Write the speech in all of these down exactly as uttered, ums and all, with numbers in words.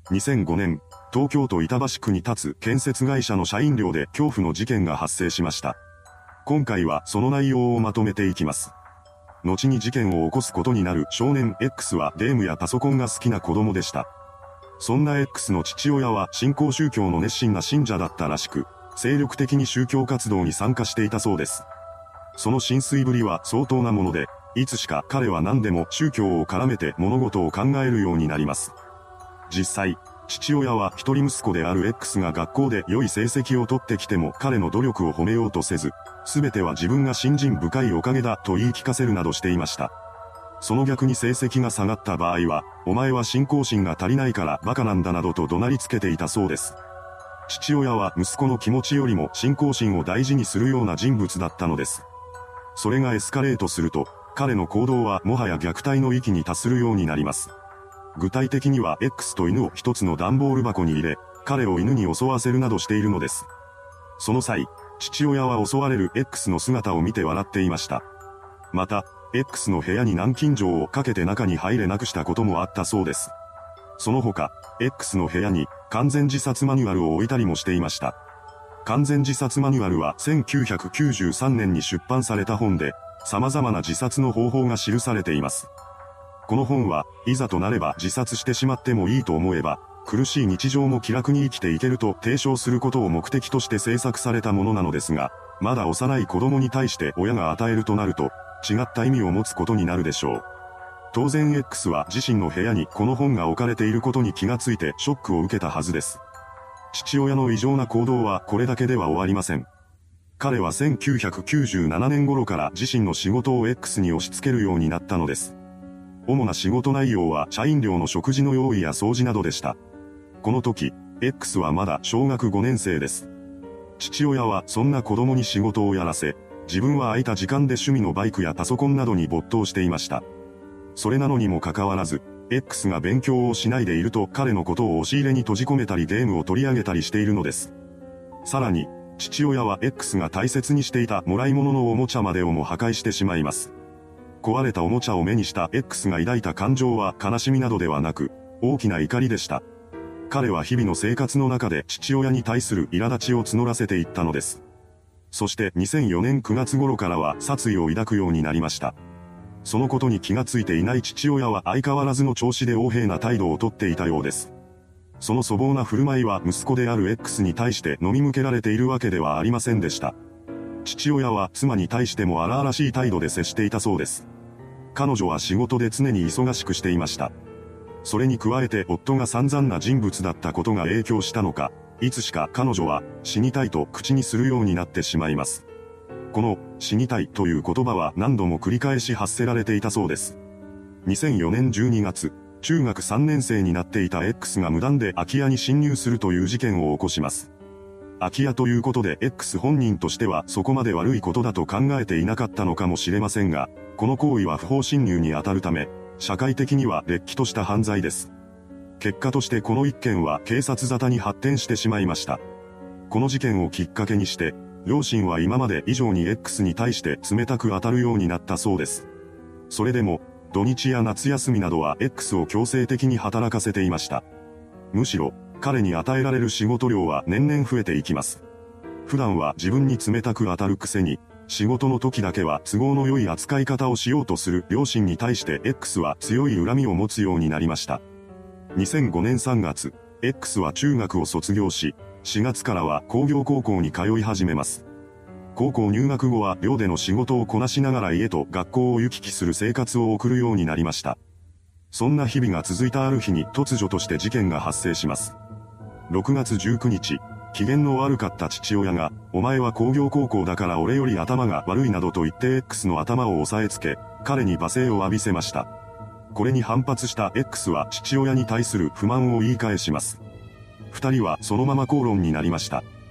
にせんごねん、東京都板橋区に立つ建設会社の社員寮で恐怖の事件が発生しました。今回はその内容をまとめていきます。後に事件を起こすことになる少年 X はゲームやパソコンが好きな子供でした。そんな X の父親は新興宗教の熱心な信者だったらしく、精力的に宗教活動に参加していたそうです。その心酔ぶりは相当なもので、いつしか彼は何でも宗教を絡めて物事を考えるようになります。実際、父親は一人息子である X が学校で良い成績を取ってきても彼の努力を褒めようとせず、すべては自分が信心深いおかげだと言い聞かせるなどしていました。その逆に成績が下がった場合は、お前は信仰心が足りないからバカなんだなどと怒鳴りつけていたそうです。父親は息子の気持ちよりも信仰心を大事にするような人物だったのです。それがエスカレートすると、彼の行動はもはや虐待の域に達するようになります。具体的には X と犬を一つの段ボール箱に入れ、彼を犬に襲わせるなどしているのです。その際、父親は襲われる X の姿を見て笑っていました。また、X の部屋に軟禁状をかけて中に入れなくしたこともあったそうです。その他、X の部屋に完全自殺マニュアルを置いたりもしていました。完全自殺マニュアルはせんきゅうひゃくきゅうじゅうさんねんに出版された本で、様々な自殺の方法が記されています。この本はいざとなれば自殺してしまってもいいと思えば、苦しい日常も気楽に生きていけると提唱することを目的として制作されたものなのですが、まだ幼い子供に対して親が与えるとなると、違った意味を持つことになるでしょう。当然 X は自身の部屋にこの本が置かれていることに気がついてショックを受けたはずです。父親の異常な行動はこれだけでは終わりません。彼はせんきゅうひゃくきゅうじゅうななねん頃から自身の仕事を X に押し付けるようになったのです。主な仕事内容は社員寮の食事の用意や掃除などでした。この時、X はまだ小学ごねん生です。父親はそんな子供に仕事をやらせ、自分は空いた時間で趣味のバイクやパソコンなどに没頭していました。それなのにもかかわらず、X が勉強をしないでいると彼のことを押し入れに閉じ込めたりゲームを取り上げたりしているのです。さらに、父親は X が大切にしていたもらい物のおもちゃまでをも破壊してしまいます。壊れたおもちゃを目にした X が抱いた感情は悲しみなどではなく、大きな怒りでした。彼は日々の生活の中で父親に対する苛立ちを募らせていったのです。そしてにせんよねんくがつ頃からは殺意を抱くようになりました。そのことに気がついていない父親は相変わらずの調子で横柄な態度をとっていたようです。その粗暴な振る舞いは息子である X に対して飲み向けられているわけではありませんでした。父親は妻に対しても荒々しい態度で接していたそうです。彼女は仕事で常に忙しくしていました。それに加えて夫が散々な人物だったことが影響したのか、いつしか彼女は死にたいと口にするようになってしまいます。この死にたいという言葉は何度も繰り返し発せられていたそうです。にせんよねんじゅうにがつ、中学さんねん生になっていた X が無断で空き家に侵入するという事件を起こします。空き家ということで X 本人としてはそこまで悪いことだと考えていなかったのかもしれませんが、この行為は不法侵入に当たるため、社会的にはれっきとした犯罪です。結果としてこの一件は警察沙汰に発展してしまいました。この事件をきっかけにして、両親は今まで以上に X に対して冷たく当たるようになったそうです。それでも、土日や夏休みなどは X を強制的に働かせていました。むしろ、彼に与えられる仕事量は年々増えていきます。普段は自分に冷たく当たるくせに、仕事の時だけは都合の良い扱い方をしようとする両親に対して X は強い恨みを持つようになりました。にせんごねんさんがつ、X は中学を卒業し、しがつからは工業高校に通い始めます。高校入学後は寮での仕事をこなしながら家と学校を行き来する生活を送るようになりました。そんな日々が続いたある日に突如として事件が発生します。ろくがつじゅうくにち、機嫌の悪かった父親が、お前は工業高校だから俺より頭が悪いなどと言って X の頭を押さえつけ、彼に罵声を浴びせました。これに反発した X は父親に対する不満を言い返します。二人はそのまま口論になりました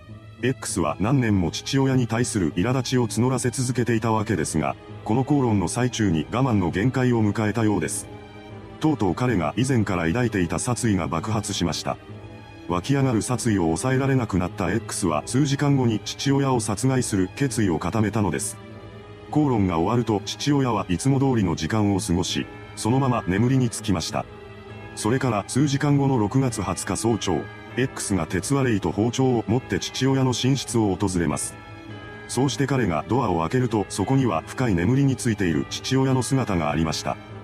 。X は何年も父親に対する苛立ちを募らせ続けていたわけですが、この口論の最中に我慢の限界を迎えたようです。とうとう彼が以前から抱いていた殺意が爆発しました。湧き上がる殺意を抑えられなくなった X は数時間後に父親を殺害する決意を固めたのです。口論が終わると父親はいつも通りの時間を過ごし、そのまま眠りにつきました。 それから数時間後のろくがつはつか早朝、X が鉄割れ糸包丁を持って父親の寝室を訪れます。そうして彼がドアを開けるとそこには深い眠りについている父親の姿がありました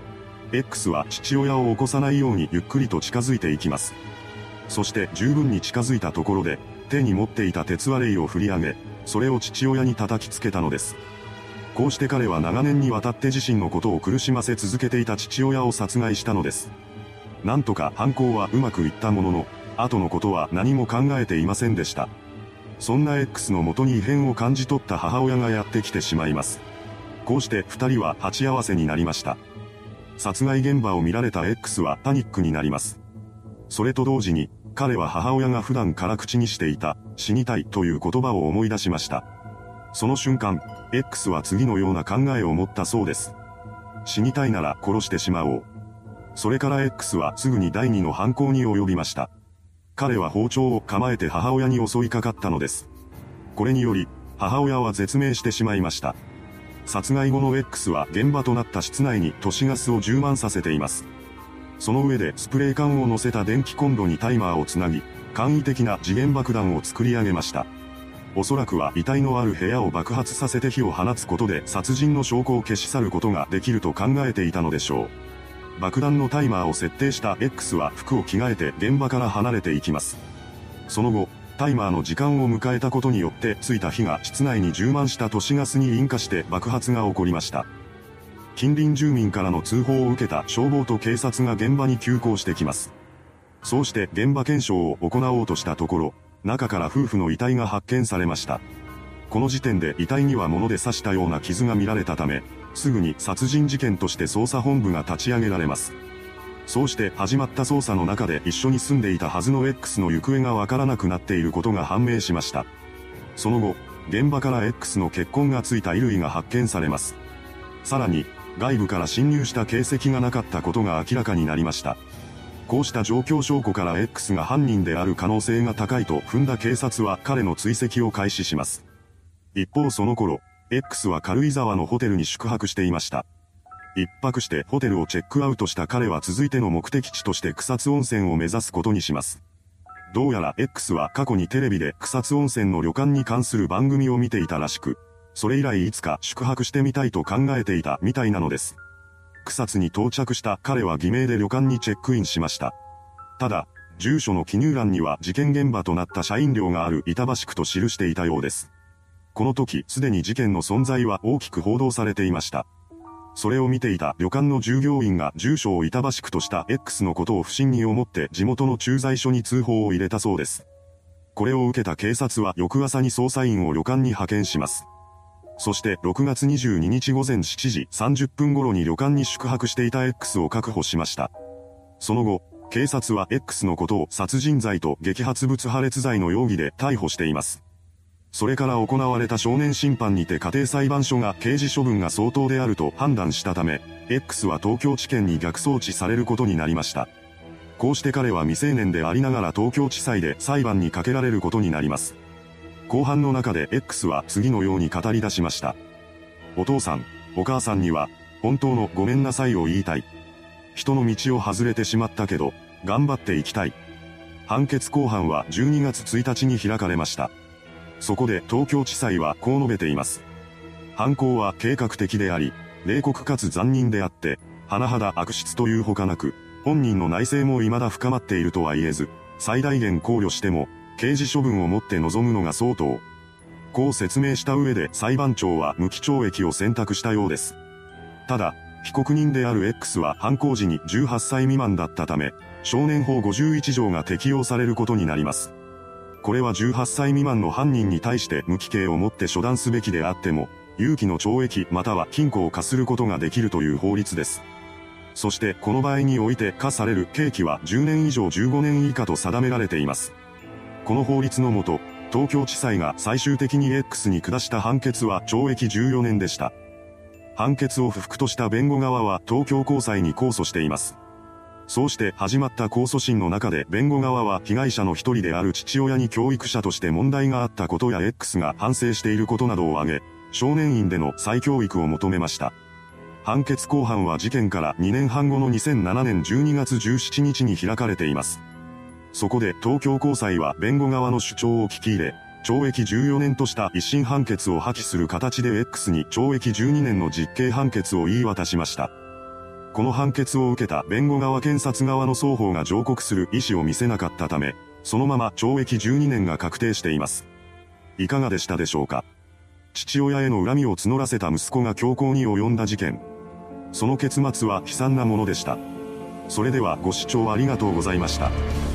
。X は父親を起こさないようにゆっくりと近づいていきます。そして十分に近づいたところで、手に持っていた鉄割れ糸を振り上げ、それを父親に叩きつけたのです。こうして彼は長年にわたって自身のことを苦しませ続けていた父親を殺害したのです。なんとか犯行はうまくいったものの、後のことは何も考えていませんでした。そんな X の元に異変を感じ取った母親がやってきてしまいます。こうして二人は鉢合わせになりました。殺害現場を見られた X はパニックになります。それと同時に、彼は母親が普段から口にしていた、死にたいという言葉を思い出しました。その瞬間、X は次のような考えを持ったそうです。死にたいなら殺してしまおう。それから X はすぐに第二の犯行に及びました。彼は包丁を構えて母親に襲いかかったのです。これにより、母親は絶命してしまいました。殺害後の X は現場となった室内に都市ガスを充満させています。その上でスプレー缶を乗せた電気コンロにタイマーをつなぎ、簡易的な時限爆弾を作り上げました。おそらくは遺体のある部屋を爆発させて火を放つことで殺人の証拠を消し去ることができると考えていたのでしょう。爆弾のタイマーを設定した X は服を着替えて現場から離れていきます。その後、タイマーの時間を迎えたことによってついた火が室内に充満した都市ガスに引火して爆発が起こりました。近隣住民からの通報を受けた消防と警察が現場に急行してきます。そうして現場検証を行おうとしたところ、中から夫婦の遺体が発見されました。この時点で遺体には物で刺したような傷が見られたため、すぐに殺人事件として捜査本部が立ち上げられます。そうして始まった捜査の中で一緒に住んでいたはずの X の行方がわからなくなっていることが判明しました。その後、現場から X の血痕がついた衣類が発見されます。さらに、外部から侵入した形跡がなかったことが明らかになりました。こうした状況証拠から X が犯人である可能性が高いと踏んだ警察は彼の追跡を開始します。一方その頃、X は軽井沢のホテルに宿泊していました。一泊してホテルをチェックアウトした彼は続いての目的地として草津温泉を目指すことにします。どうやら X は過去にテレビで草津温泉の旅館に関する番組を見ていたらしく、それ以来いつか宿泊してみたいと考えていたみたいなのです。草津に到着した彼は偽名で旅館にチェックインしました。ただ、住所の記入欄には事件現場となった社員寮がある板橋区と記していたようです。この時すでに事件の存在は大きく報道されていました。それを見ていた旅館の従業員が住所を板橋区とした X のことを不審に思って地元の駐在所に通報を入れたそうです。これを受けた警察は翌朝に捜査員を旅館に派遣します。そしてろくがつにじゅうににち午前しちじさんじゅっぷん頃に旅館に宿泊していた X を確保しました。その後、警察は X のことを殺人罪と激発物破裂罪の容疑で逮捕しています。それから行われた少年審判にて家庭裁判所が刑事処分が相当であると判断したため、X は東京地検に逆送致されることになりました。こうして彼は未成年でありながら東京地裁で裁判にかけられることになります。後半の中で X は次のように語り出しました。お父さん、お母さんには、本当のごめんなさいを言いたい。人の道を外れてしまったけど、頑張っていきたい。判決公判はじゅうにがつついたちに開かれました。そこで東京地裁はこう述べています。犯行は計画的であり、冷酷かつ残忍であって、甚だ悪質というほかなく、本人の内省も未だ深まっているとは言えず、最大限考慮しても、刑事処分をもって臨むのが相当。こう説明した上で裁判長は無期懲役を選択したようです。ただ、被告人である X は犯行時にじゅうはっさい未満だったため、少年法ごじゅういちじょうが適用されることになります。これはじゅうはっさい未満の犯人に対して無期刑をもって処断すべきであっても、有期の懲役または禁錮を課することができるという法律です。そしてこの場合において課される刑期はじゅうねん以上じゅうごねん以下と定められています。この法律のもと、東京地裁が最終的に X に下した判決は懲役じゅうよねんでした。判決を不服とした弁護側は東京高裁に控訴しています。そうして始まった控訴審の中で弁護側は被害者の一人である父親に教育者として問題があったことや X が反省していることなどを挙げ、少年院での再教育を求めました。 判決公判は事件からにねんはん後のにせんななねんじゅうにがつじゅうしちにちに開かれています。そこで東京高裁は弁護側の主張を聞き入れ、懲役じゅうよねんとした一審判決を破棄する形で X に懲役じゅうにねんの実刑判決を言い渡しました。この判決を受けた弁護側検察側の双方が上告する意思を見せなかったため、そのまま懲役じゅうにねんが確定しています。いかがでしたでしょうか。父親への恨みを募らせた息子が凶行に及んだ事件。その結末は悲惨なものでした。それではご視聴ありがとうございました。